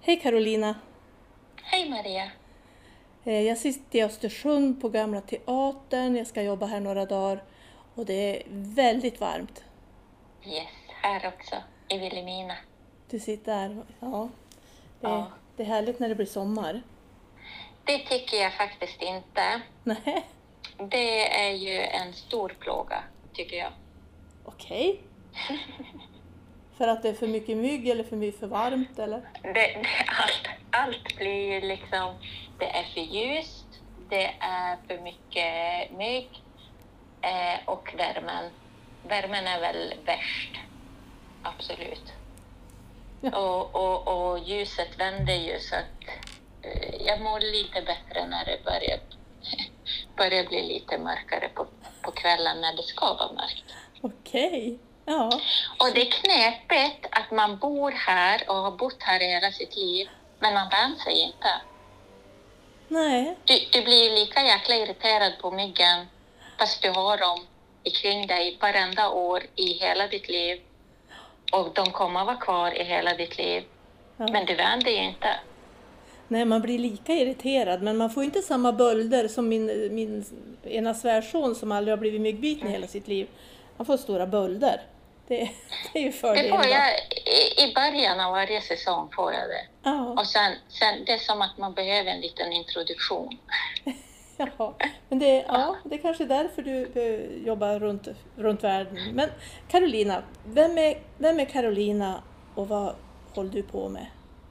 Hej Carolina! Hej Maria! Jag sitter i Östersund på Gamla Teatern. Jag ska jobba här några dagar och det är väldigt varmt. Yes, här också, i Vilhelmina. Du sitter där, ja. Ja. Det är härligt när det blir sommar. Det tycker jag faktiskt inte. Nej, Det är ju en stor plåga, tycker jag. okej. För att det är för mycket mygg eller för varmt eller? Allt blir ju liksom, det är för ljust, det är för mycket mygg och värmen. Värmen är väl värst, absolut. Ja. Och ljuset vänder ju så att jag mår lite bättre när det börjar bli lite mörkare på kvällen när det ska vara mörkt. Okej, ja. Och det är knepigt att man bor här och har bott här i hela sitt liv, men man vänjer sig inte. Nej, Du blir ju lika jäkla irriterad på myggen fast du har dem ikring dig varenda år i hela ditt liv. Och de kommer vara kvar i hela ditt liv. ja. Men du vänjer ju inte. Nej, man blir lika irriterad men man får inte samma bölder som min ena svärson som aldrig har blivit myggbiten i hela sitt liv. Han får stora bölder. Det är ju Det fördelen. får jag i början av varje säsong får jag det. Ja. Och sen det är som att man behöver en liten introduktion. Ja, men det är kanske därför du jobbar runt världen. Men Carolina, vem är Carolina och vad håller du på med?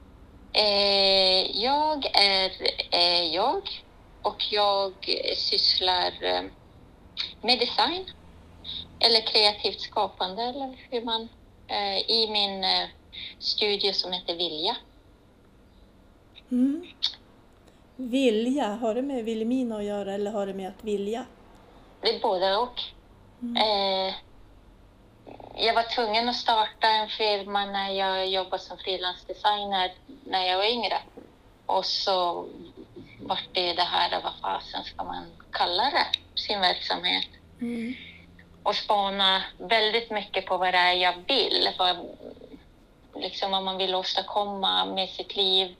Jag är jag och jag sysslar med design eller kreativt skapande eller hur man i min studio som heter Vilja. Mm. Vilja, har det med Vilhelmina att göra eller har det med att vilja? Det är både och. Jag var tvungen att starta en firma när jag jobbade som frilansdesigner när jag var yngre. Och så var det här, vad fasen ska man kalla det, sin verksamhet. Mm. Och spana väldigt mycket på vad det är jag vill. Liksom vad man vill åstadkomma med sitt liv.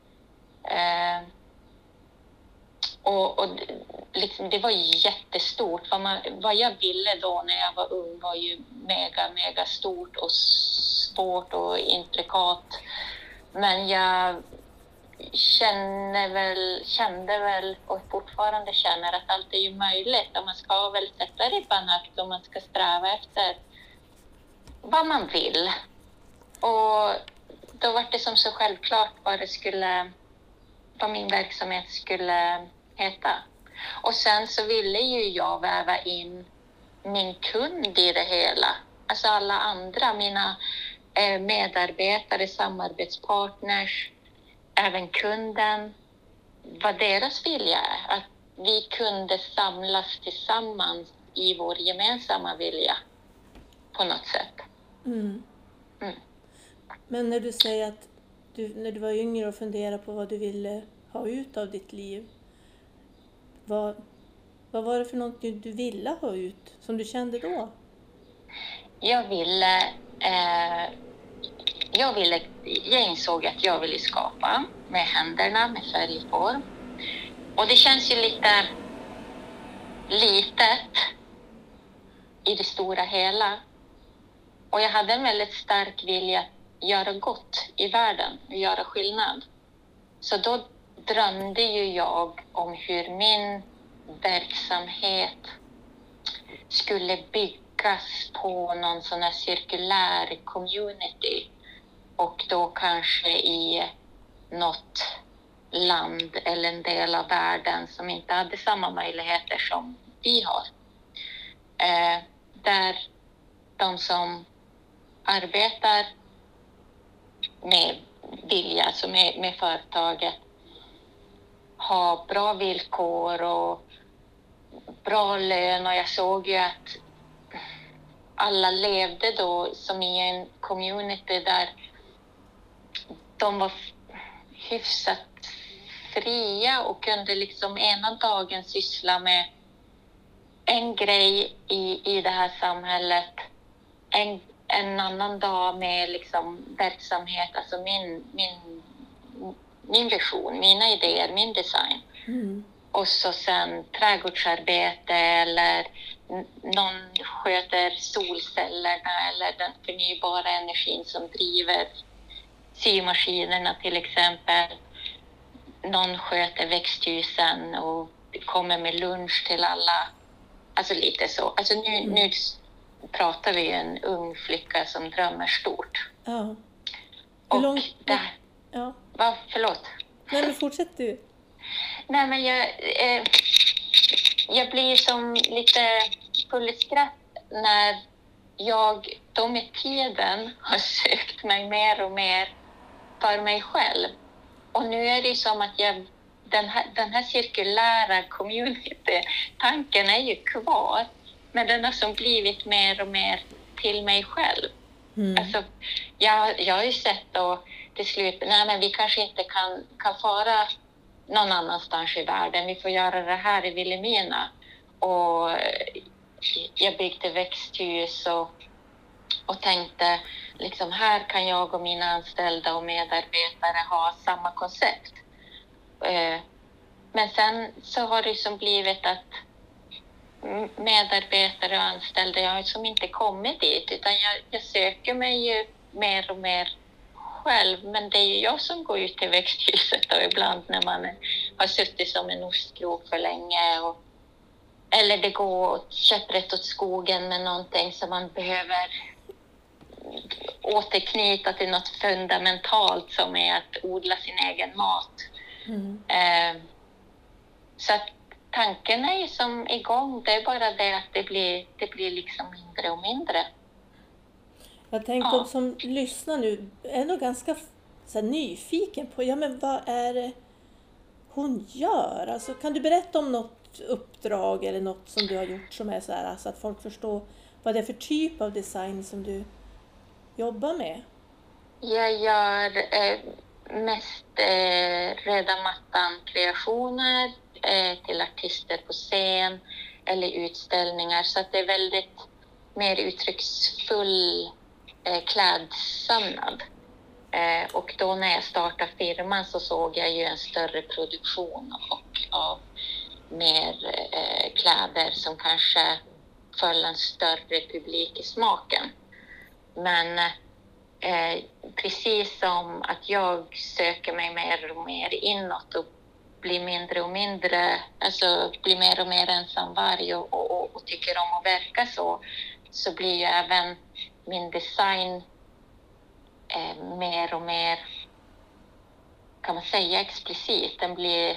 Och liksom, det var jättestort. Vad jag ville då när jag var ung var ju mega stort och svårt och intrikat. Men jag kände väl och fortfarande känner att allt är ju möjligt. Och man ska väl sätta ribban högt och man ska sträva efter vad man vill. Och då var det som så självklart vad min verksamhet skulle heta. Och sen så ville ju jag väva in min kund i det hela. Alltså alla andra, mina medarbetare, samarbetspartners, även kunden. Vad deras vilja är. Att vi kunde samlas tillsammans i vår gemensamma vilja. På något sätt. Mm. Mm. Men när du säger att när du var yngre och funderade på vad du ville ha ut av ditt liv. Vad var det för något du ville ha ut som du kände då? Jag insåg att jag ville skapa med händerna, med färg och form. Och det känns ju lite litet i det stora hela. Och jag hade en väldigt stark vilja att göra gott i världen och göra skillnad. Så då drömde ju jag om hur min verksamhet skulle byggas på någon sån här cirkulär community. Och då kanske i något land eller en del av världen som inte hade samma möjligheter som vi har. Där de som arbetar med vilja, alltså med företaget, har bra villkor och bra lön. Och jag såg ju att alla levde då som i en community där de var hyfsat fria och kunde liksom ena dagen syssla med en grej i det här samhället, en annan dag med liksom verksamhet, alltså min min vision, mina idéer, min design. Och så sen trädgårdsarbete eller någon sköter solcellerna eller den förnybara energin som driver symaskinerna till exempel. Någon sköter växthusen och kommer med lunch till alla. Alltså lite så. Alltså nu pratar vi ju en ung flicka som drömmer stort. Ja. Och där... Ja. Va? Förlåt. Nej, men fortsätt du. Nej, men jag blir som lite full i skratt när jag då med tiden har sökt mig mer och mer för mig själv. Och nu är det som att den här cirkulära community-tanken är ju kvar, men den har som blivit mer och mer till mig själv. Alltså, jag har ju sett då till slut, nej men vi kanske inte kan fara någon annanstans i världen. Vi får göra det här i Vilhelmina. Och jag byggde växthus och tänkte liksom här kan jag och mina anställda och medarbetare ha samma koncept. Men sen så har det som blivit att medarbetare och anställda, jag har som inte kommit dit utan jag söker mig ju mer och mer själv, men det är ju jag som går ut till växthuset och ibland när man har suttit som en ostkrok för länge eller det går åt käpprätt åt skogen med någonting som man behöver återknyta till något fundamentalt som är att odla sin egen mat. Så att tanken är ju som igång, det är bara det att det blir liksom mindre och mindre. Jag tänkte de som lyssnar nu är nog ganska så här, nyfiken på, men vad är det hon gör? Alltså, kan du berätta om något uppdrag eller något som du har gjort som är så här, så att folk förstår vad det är för typ av design som du jobbar med? Jag gör mest röda mattan-kreationer till artister på scen eller utställningar, så att det är väldigt mer uttrycksfull klädsömnad. Och då när jag startade firman så såg jag ju en större produktion av mer kläder som kanske föll en större publik i smaken. Men precis som att jag söker mig mer och mer inåt och blir mindre och mindre, alltså blir mer och mer ensamvarg och tycker om att verka så blir ju även min design mer och mer, kan man säga, explicit. Den blir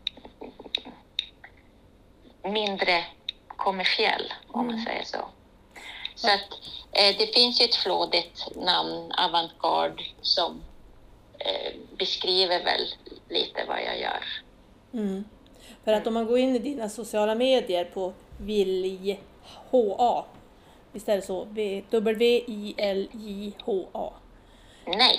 mindre kommersiell, om man säger så. Så att det finns ju ett flådigt namn, Avantgarde, som beskriver väl lite vad jag gör. För att om man går in i dina sociala medier på Viljha, visst är det så? W-I-L-J-H-A? Nej,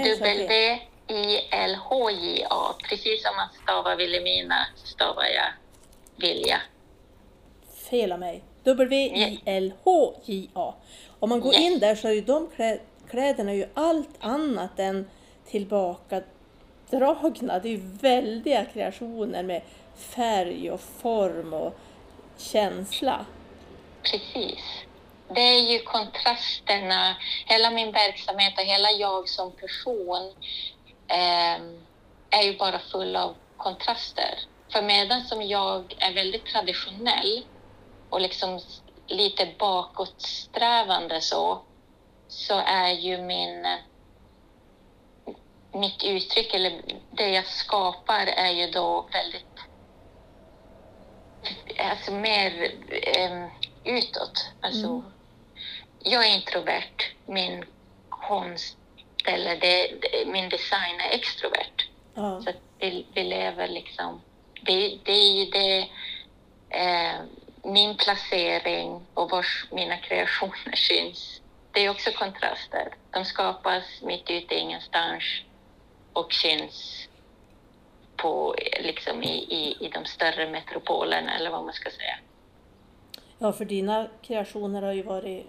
W-I-L-H-J-A. Precis som man stavar Vilhelmina stavar jag Vilja. Fel av mig. W-I-L-H-J-A. Om man går in där så är ju de kläderna ju allt annat än tillbakadragna. Det är ju väldiga kreationer med färg och form och känsla. Precis. Det är ju kontrasterna, hela min verksamhet och hela jag som person är ju bara full av kontraster. För medan som jag är väldigt traditionell och liksom lite bakåtsträvande så är ju mitt uttryck eller det jag skapar är ju då väldigt alltså mer utåt. Alltså, jag är introvert, min konst eller min design är extrovert. Så att vi lever liksom, det är ju det min placering och vars mina kreationer syns. Det är också kontraster. De skapas mitt ute ingenstans och syns på liksom i de större metropolerna eller vad man ska säga. Ja, för dina kreationer har ju varit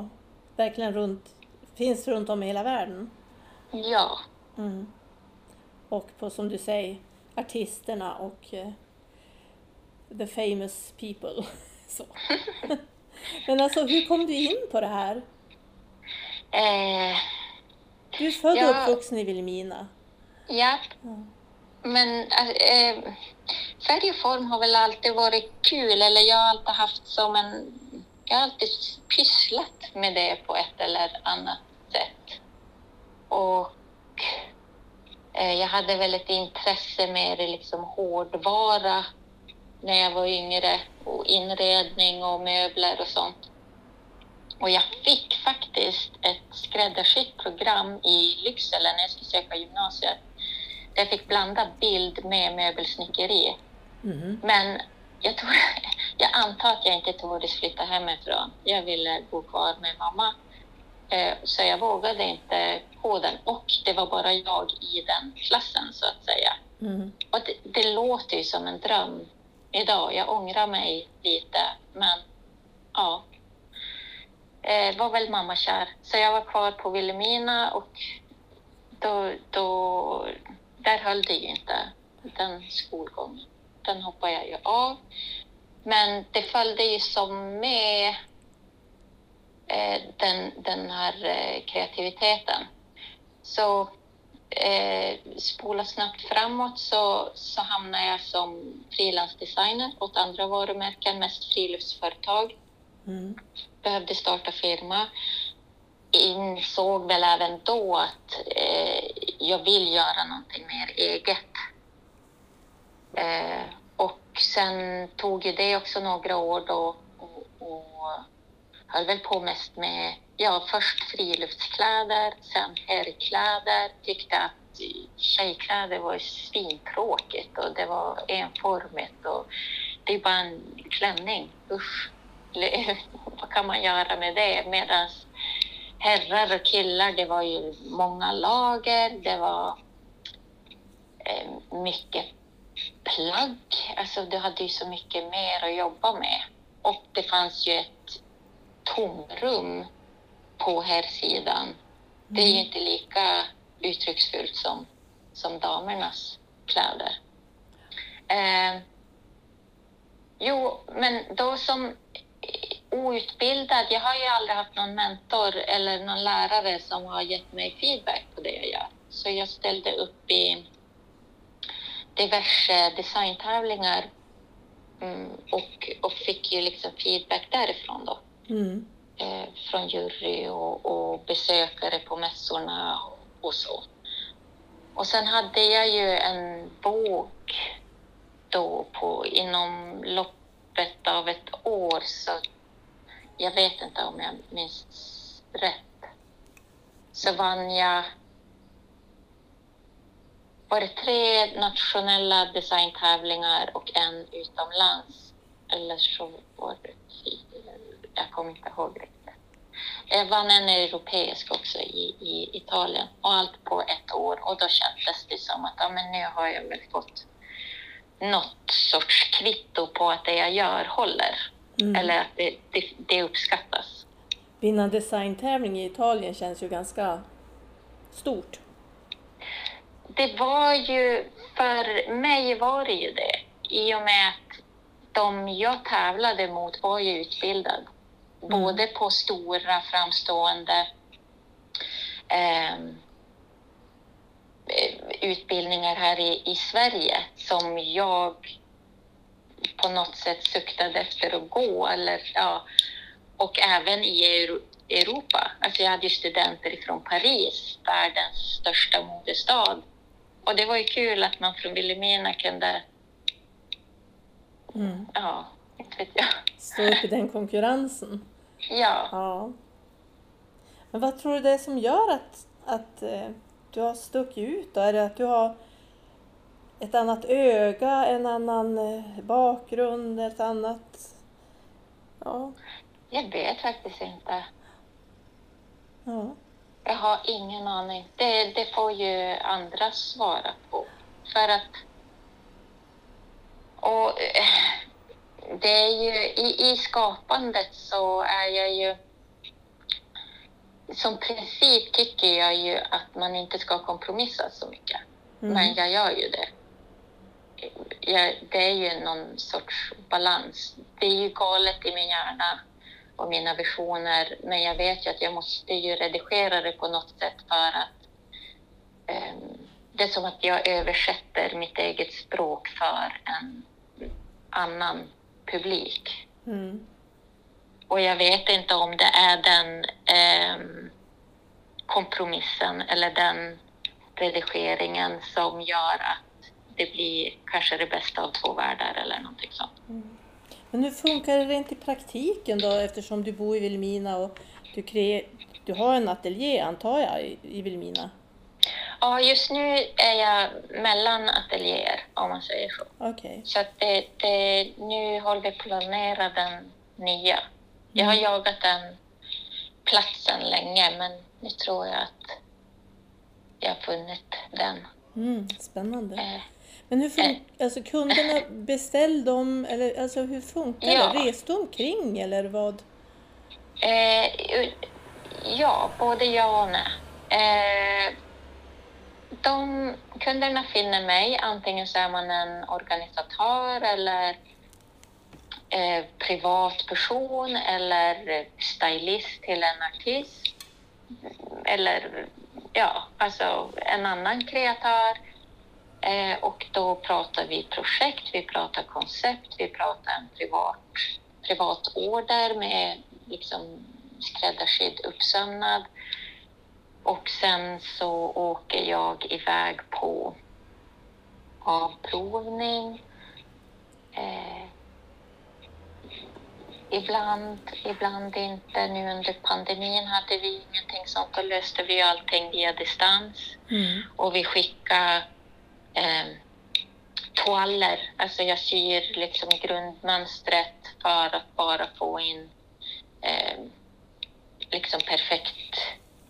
verkligen finns runt om i hela världen. Ja. och på, som du säger, artisterna och the famous people. Så. Men alltså, hur kom du in på det här? Du är född och uppvuxen i Vilhelmina. Ja. Men färg och form har väl alltid varit kul, eller jag har alltid haft jag har alltid pysslat med det på ett eller annat sätt. Och jag hade väl ett intresse med liksom hårdvara när jag var yngre, och inredning och möbler och sånt. Och jag fick faktiskt ett skräddarsytt program i Lycksele när jag skulle söka gymnasiet. Där jag fick blanda bild med möbelsnickeri. Mm. Men jag antar att jag inte tordes flytta hemifrån. Jag ville bo kvar med mamma. Så jag vågade inte på den. Och det var bara jag i den klassen, så att säga. Mm. Och det låter ju som en dröm idag. Jag ångrar mig lite. Men ja, var väl mamma kär. Så jag var kvar på Vilhelmina, och då där höll det ju inte, den skolgången. Den hoppade jag ju av. Men det följde ju som med den här kreativiteten. Så spola snabbt framåt så hamnade jag som frilansdesigner åt andra varumärken, mest friluftsföretag. Mm. Behövde starta firma. Insåg väl även då att jag vill göra någonting mer eget. Och sen tog ju det också några år då, och höll väl på mest med, först friluftskläder, sen herrkläder. Tyckte att tjejkläder var svintråkigt och det var enformigt och det är bara en klänning. Usch, vad kan man göra med det? Medan herrar och killar, det var ju många lager, det var mycket plagg. Alltså du hade ju så mycket mer att jobba med. Och det fanns ju ett tomrum på herrsidan. Mm. Det är ju inte lika uttrycksfullt som damernas kläder. Men då som outbildad, jag har ju aldrig haft någon mentor eller någon lärare som har gett mig feedback på det jag gör. Så jag ställde upp i diverse designtävlingar och fick ju liksom feedback därifrån då. Mm. Från jury och besökare på mässorna och så. Och sen hade jag ju en bok då inom loppet av ett år, så jag vet inte om jag minns rätt, så vann jag, var det 3 nationella designtävlingar och en utomlands, eller så var det 4, jag kommer inte ihåg riktigt. Jag vann en europeisk också i Italien, och allt på ett år, och då kändes det som att men nu har jag väl fått något sorts kvitto på att det jag gör håller. Eller att det uppskattas. Vinna designtävling i Italien känns ju ganska stort. Det var ju, för mig var det ju det. I och med att de jag tävlade mot var ju utbildad. Både på stora framstående utbildningar här i Sverige som jag på något sätt suktade efter att gå, eller och även i Europa. Alltså jag hade ju studenter från Paris, världens största modestad, och det var ju kul att man från Vilhelmina kunde inte vet jag, stå upp i den konkurrensen. Ja. Men vad tror du det är som gör att du har stuckit ut då? Är det att du har ett annat öga, en annan bakgrund, ett annat... Ja. Jag vet faktiskt inte. Ja. Jag har ingen aning. Det får ju andra svara på. För att... Och det är ju... I skapandet så är jag ju... Som princip tycker jag ju att man inte ska kompromissa så mycket. Men jag gör ju det. Det är ju någon sorts balans. Det är ju galet i min hjärna och mina visioner, men jag vet ju att jag måste ju redigera det på något sätt för att det är som att jag översätter mitt eget språk för en annan publik. Och jag vet inte om det är den kompromissen eller den redigeringen som gör att det blir kanske det bästa av två världar eller någonting sånt. Men hur funkar det rent i praktiken då, eftersom du bor i Vilhelmina och du har en ateljé, antar jag, i Vilhelmina? Ja, just nu är jag mellan ateljéer, om man säger så. Okay. Så att nu håller vi på att planera den nya. Jag har jagat den platsen länge, men nu tror jag att jag har funnit den. Spännande. Men hur funkar alltså kunderna, beställ dem, eller alltså hur funkar det? Res du omkring eller vad? Ja, både ja och nej. Kunderna finner mig, antingen så är man en organisatör eller privatperson eller stylist till en artist eller alltså en annan kreatör. Och då pratar vi projekt, vi pratar koncept, vi pratar en privat order med liksom skräddarsydd uppsömnad. Och sen så åker jag iväg på avprovning. Ibland inte. Nu under pandemin hade vi ingenting sånt. Då löste vi allting via distans. Och vi skickade toaller. Alltså jag syr liksom grundmönstret för att bara få in liksom perfekt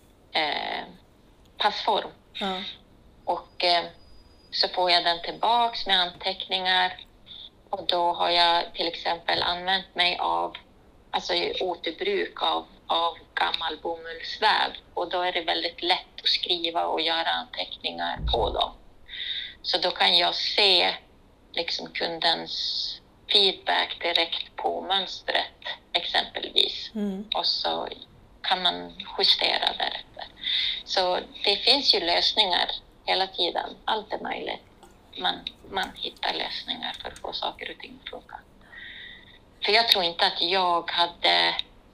passform. Och så får jag den tillbaks med anteckningar. Och då har jag till exempel använt mig av återbruk av gammal bomullsväv. Och då är det väldigt lätt att skriva och göra anteckningar på dem. Så då kan jag se liksom kundens feedback direkt på mönstret exempelvis. Och så kan man justera därefter. Så det finns ju lösningar hela tiden. Allt är möjligt. Man hittar lösningar för att få saker och ting att funka. För jag tror inte att jag hade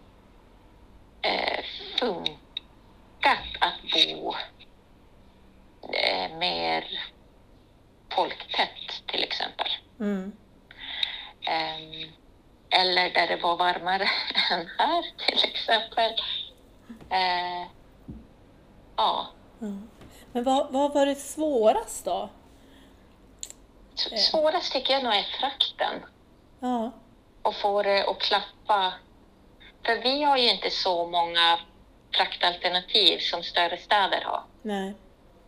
funkat att bo mer folktätt till exempel. Eller där det var varmare än här till exempel. Men vad var det svårast då? Svårast tycker jag nog är frakten. Och få det att klappa. För vi har ju inte så många fraktalternativ som större städer har. Nej.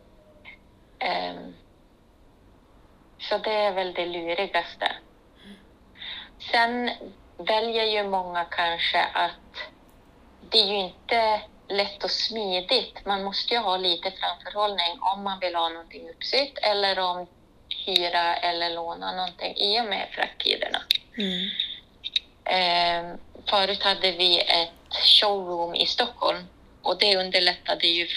Så det är väl det lurigaste. Sen väljer ju många kanske att det är ju inte lätt och smidigt. Man måste ju ha lite framförhållning om man vill ha någonting uppsytt eller om hyra eller låna någonting i och med frakttiderna. Förut hade vi ett showroom i Stockholm och det underlättade ju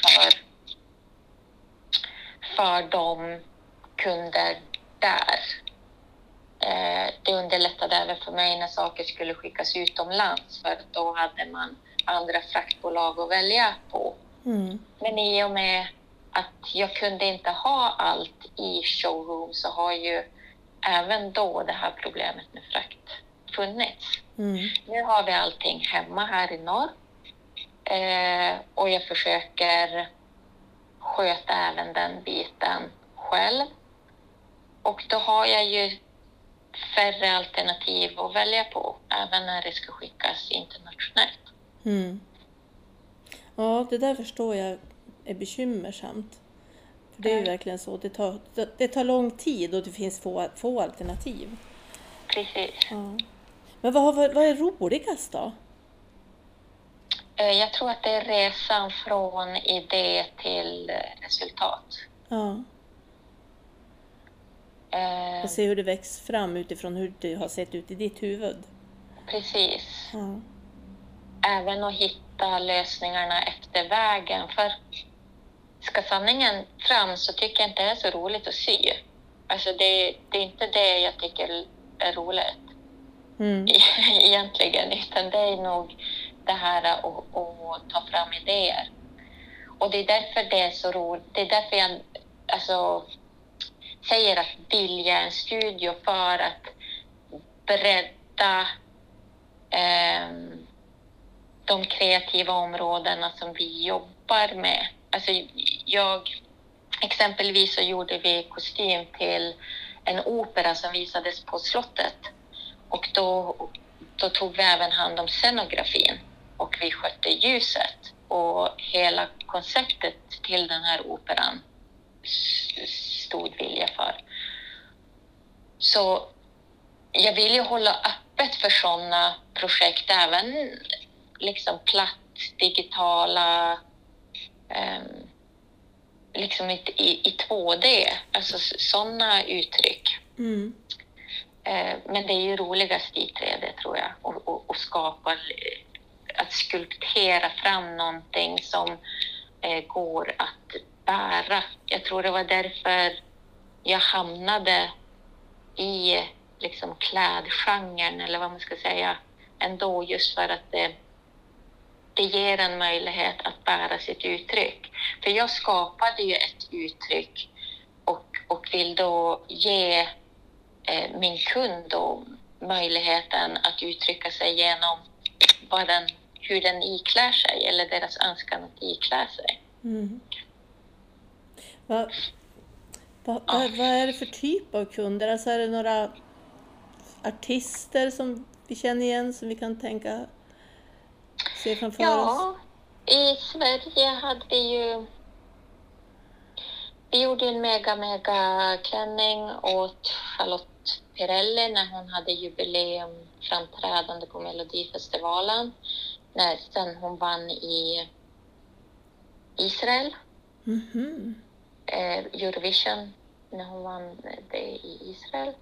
för de kunder där. Det underlättade även för mig när saker skulle skickas utomlands för då hade man andra fraktbolag att välja på. Men i och med att jag kunde inte ha allt i showroom så har ju även då det här problemet med frakt funnits. Nu har vi allting hemma här i norr och jag försöker sköta även den biten själv. Och då har jag ju färre alternativ att välja på även när det ska skickas internationellt. Ja, det där förstår jag är bekymmersamt. För det är ju verkligen så. Det tar lång tid och det finns få alternativ. Precis. Ja. Men vad är roligast då? Jag tror att det är resan från idé till resultat. Och se hur det växer fram utifrån hur det har sett ut i ditt huvud. Precis. Ja. Även att hitta lösningarna efter vägen. För ska sanningen fram så tycker jag inte det är så roligt att sy. Alltså det är inte det jag tycker är roligt. Egentligen. Utan det är nog det här att ta fram idéer. Och det är därför det är så roligt. Det är därför jag säger att vilja en studio, för att bredda de kreativa områdena som vi jobbar med. Alltså exempelvis så gjorde vi kostym till en opera som visades på slottet. Och då tog vi även hand om scenografin och vi skötte ljuset. Och hela konceptet till den här operan stod vilja för. Så jag vill ju hålla öppet för sådana projekt, även liksom platt, digitala, liksom i 2D, alltså sådana uttryck. Men det är ju roligast i 3D, tror jag, och skapa, att skulptera fram någonting som går att bära. Jag tror det var därför jag hamnade i liksom klädgenren, eller vad man ska säga, ändå, just för att det ger en möjlighet att bära sitt uttryck. För jag skapade ju ett uttryck och vill då ge min kund då möjligheten att uttrycka sig genom hur den iklär sig, eller deras önskan att iklä sig. Vad är det för typ av kunder? Alltså är det några artister som vi känner igen, som vi kan se framför oss? I Sverige hade vi gjorde en mega klänning åt Charlotte Perrelli när hon hade jubileumframträdande på Melodifestivalen. Sen hon vann i Israel. Eurovision, när hon vann det i Israel.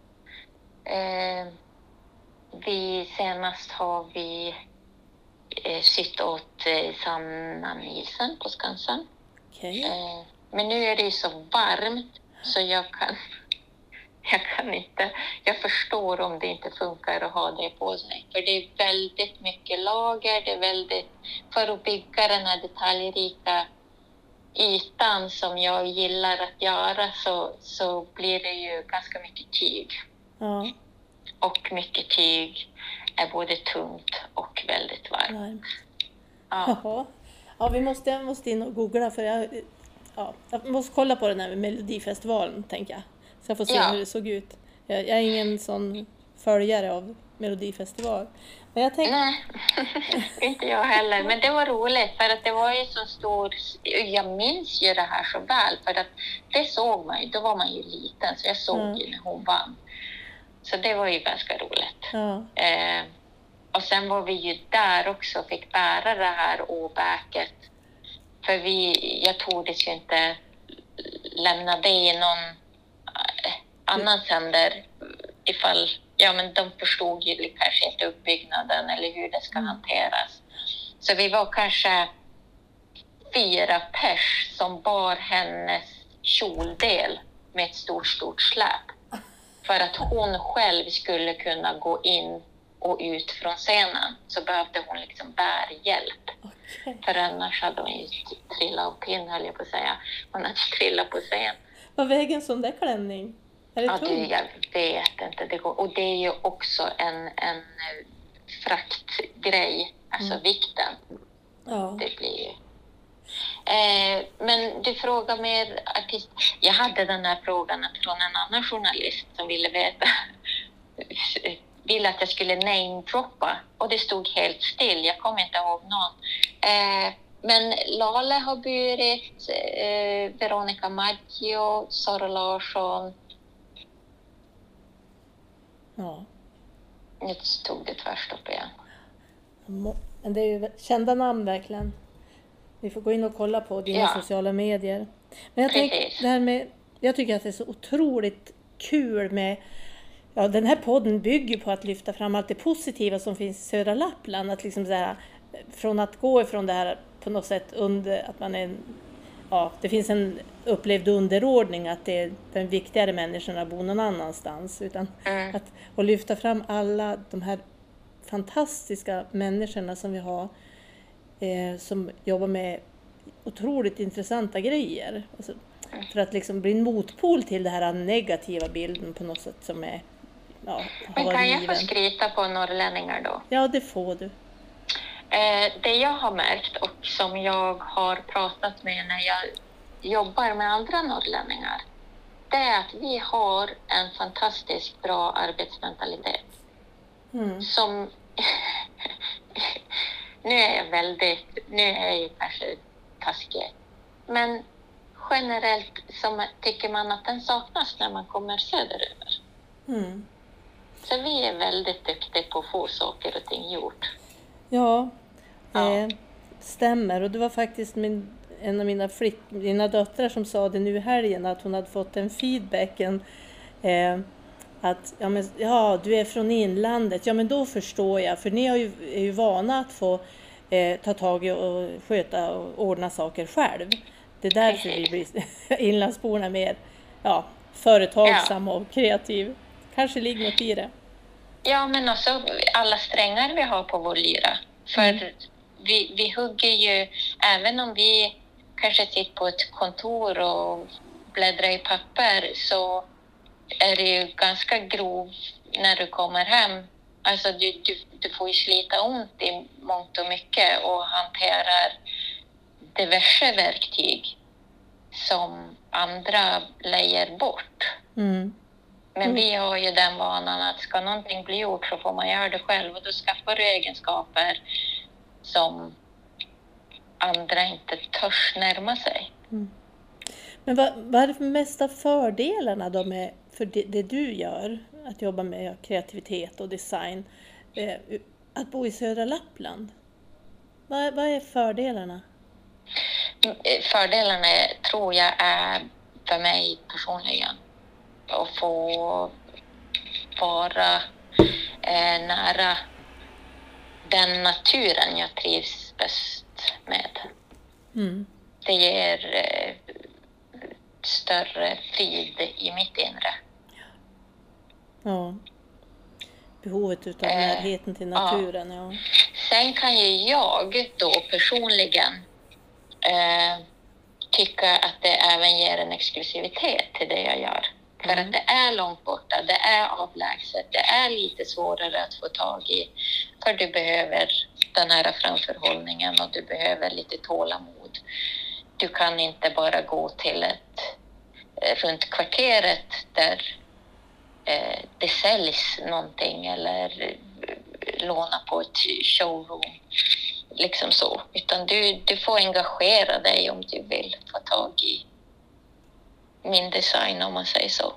Senast har vi sytt åt Sanna Nielsen på Skansen. Okay. Men nu är det ju så varmt så jag kan inte. Jag förstår om det inte funkar att ha det på sig. För det är väldigt mycket lager. Det är väldigt, för att bygga den här detaljrika ytan som jag gillar att göra, så blir det ju ganska mycket tyg. Ja. Och mycket tyg är både tungt och väldigt varmt. Ja. Ja, jag måste in och googla, för jag måste kolla på den här med Melodifestivalen, tänker jag. Så jag får se hur det såg ut. Jag är ingen sån följare av Melodifestival. Men jag tänkte... Nej, inte jag heller. Men det var roligt, för att det var ju så stor... Jag minns ju det här så väl, för att det såg man ju. Då var man ju liten, så jag såg ju när hon vann. Så det var ju ganska roligt. Ja. Och sen var vi ju där också och fick bära det här åbäket. För jag tordes ju inte lämna det i någon annans händer ifall... Ja, men de förstod ju kanske inte uppbyggnaden eller hur det ska hanteras. Så vi var kanske 4 pers som bar hennes kjoldel med ett stort släp. För att hon själv skulle kunna gå in och ut från scenen, så behövde hon liksom bärhjälp. Okay. För annars hade hon ju trillat av pinn, höll jag på att säga. Hon hade trillat på scen. Vad väger en sån där klänning? Är det tungt? Jag vet inte. Det går. Och det är ju också en fraktgrej, alltså vikten. Ja. Det blir ju... Men du frågar mer artist. Jag hade den här frågan från en annan journalist som ville att jag skulle namedroppa, och det stod helt still. Jag kommer inte ihåg någon. Men Lale har burit, Veronica Maggio, Sara Larsson. Ja. Nu stod det tvärstopp igen. Men det är ju kända namn verkligen. Vi får gå in och kolla på dina sociala medier. Men jag tycker att det är så otroligt kul med... Ja, den här podden bygger på att lyfta fram allt det positiva som finns i södra Lappland. Att liksom så här, från att gå ifrån det här på något sätt under... Att man är det finns en upplevd underordning, att det är den viktigare människorna bor någon annanstans. Utan att lyfta fram alla de här fantastiska människorna som vi har som jobbar med otroligt intressanta grejer. Alltså, för att liksom bli en motpol till det här negativa bilden på något sätt som är... Men kan jag få skryta på norrlänningar då? Ja, det får du. Det jag har märkt och som jag har pratat med när jag jobbar med andra norrlänningar, det är att vi har en fantastiskt bra arbetsmentalitet. Som nu är jag ju kanske taskig, men generellt som tycker man att den saknas när man kommer söderöver. Så vi är väldigt duktiga på att få saker och ting gjort. Ja, stämmer. Och det var faktiskt en av mina döttrar som sa det nu i helgen, att hon hade fått en feedbacken att du är från inlandet. Ja, men då förstår jag, för ni är ju vana att få ta tag i och sköta och ordna saker själv. Det är därför vi blir inlandsborna mer företagsamma och kreativ. Kanske ligger något i det. Ja, men också alla strängar vi har på vår lyra. För vi hugger ju, även om vi kanske sitter på ett kontor och bläddrar i papper, så är det ju ganska grov när du kommer hem. Alltså du får ju slita ont i mångt och mycket och hanterar diverse verktyg som andra lejer bort. Men vi har ju den vanan att ska någonting bli gjort så får man göra det själv, och då skaffar du egenskaper som andra inte törs närma sig. Men vad är det för mesta fördelarna då med för det du gör, att jobba med kreativitet och design, att bo i södra Lappland? Vad är fördelarna? Fördelarna tror jag är för mig personligen att få vara nära den naturen jag trivs bäst med. Det ger större frid i mitt inre. Ja. Behovet utav närheten till naturen. Ja. Sen kan ju jag då personligen tycka att det även ger en exklusivitet till det jag gör. För att det är långt borta, det är avlägset, det är lite svårare att få tag i. För du behöver den här framförhållningen och du behöver lite tålamod. Du kan inte bara gå till runt kvarteret där det säljs någonting eller låna på ett showroom. Liksom så. Utan du får engagera dig om du vill få tag i min design, om man säger så.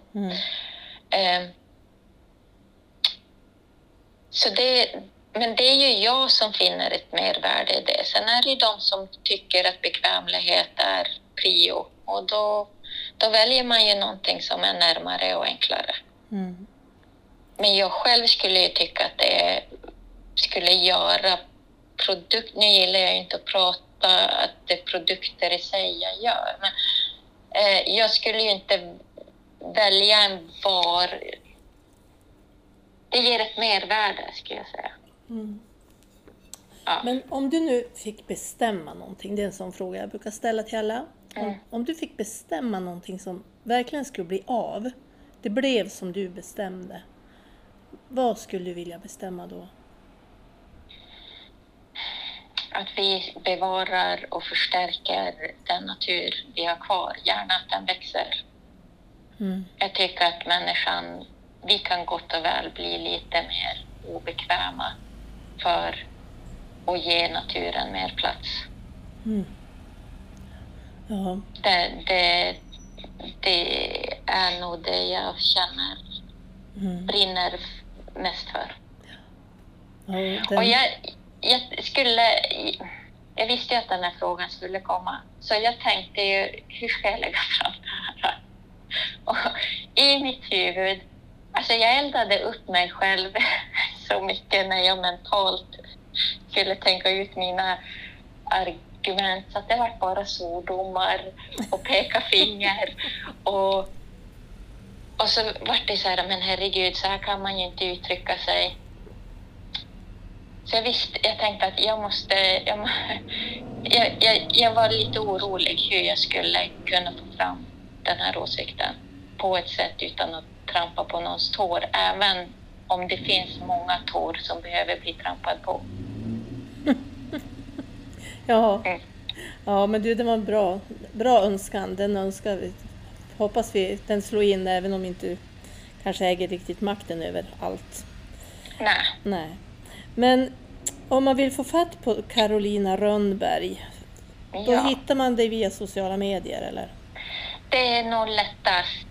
Men det är ju jag som finner ett mervärde i det. Sen är det ju de som tycker att bekvämlighet är prio. Och då väljer man ju någonting som är närmare och enklare. Men jag själv skulle ju tycka att det skulle göra nu gillar jag inte att prata att det är produkter i sig jag gör. Men jag skulle ju inte välja en det ger ett mervärde, skulle jag säga. Ja. Men om du nu fick bestämma någonting, det är en sån fråga jag brukar ställa till alla. Om du fick bestämma någonting som verkligen skulle bli av, det blev som du bestämde, vad skulle du vilja bestämma då? Att vi bevarar och förstärker den natur vi har kvar. Gärna att den växer. Jag tycker att människan, vi kan gott och väl bli lite mer obekväma för att ge naturen mer plats. Ja. Det är nog det jag känner brinner mest för. Ja, och jag visste ju att den här frågan skulle komma. Så jag tänkte ju, hur ska jag lägga fram det här? Och i mitt huvud, alltså jag eldade upp mig själv så mycket när jag mentalt skulle tänka ut mina argument, så att det var bara svordomar och peka finger och så var det så här, men herregud, så här kan man ju inte uttrycka sig. Så jag tänkte att jag var lite orolig hur jag skulle kunna få fram den här åsikten på ett sätt utan att trampa på någons tår, även om det finns många tår som behöver bli trampad på. Ja. Ja, men du, det var en bra önskan. Den önskar vi. Hoppas vi den slår in, även om inte du kanske äger riktigt makten över allt. Nej. Men om man vill få fatt på Carolina Rönnberg, då hittar man dig via sociala medier, eller? Det är nog lättast.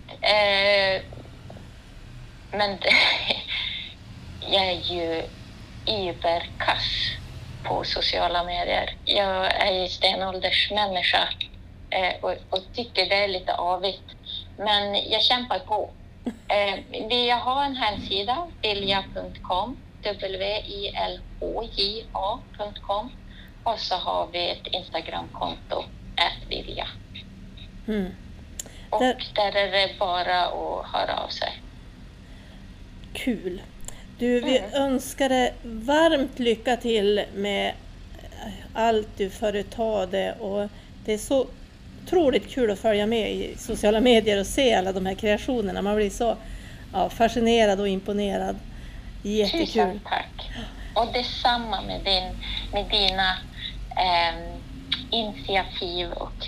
Men jag är ju überkass på sociala medier. Jag är ju stenåldersmänniska och tycker det är lite avigt. Men jag kämpar på. Jag har en hemsida, vilja.com, wilhja.com, och så har vi ett Instagramkonto, @vilja. Och där är det bara att höra av sig. Kul. Du, vi önskar dig varmt lycka till med allt du företar dig, och det är så otroligt kul att följa med i sociala medier och se alla de här kreationerna. Man blir så fascinerad och imponerad. Jättekul. Tusen tack. Och detsamma med dina initiativ och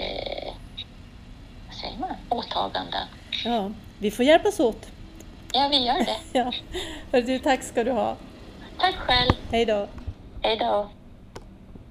vad säger man? Åtaganden. Ja, vi får hjälpas åt. Ja, vi gör det. Ja. Du, tack ska du ha. Tack själv. Hej då. Hej då.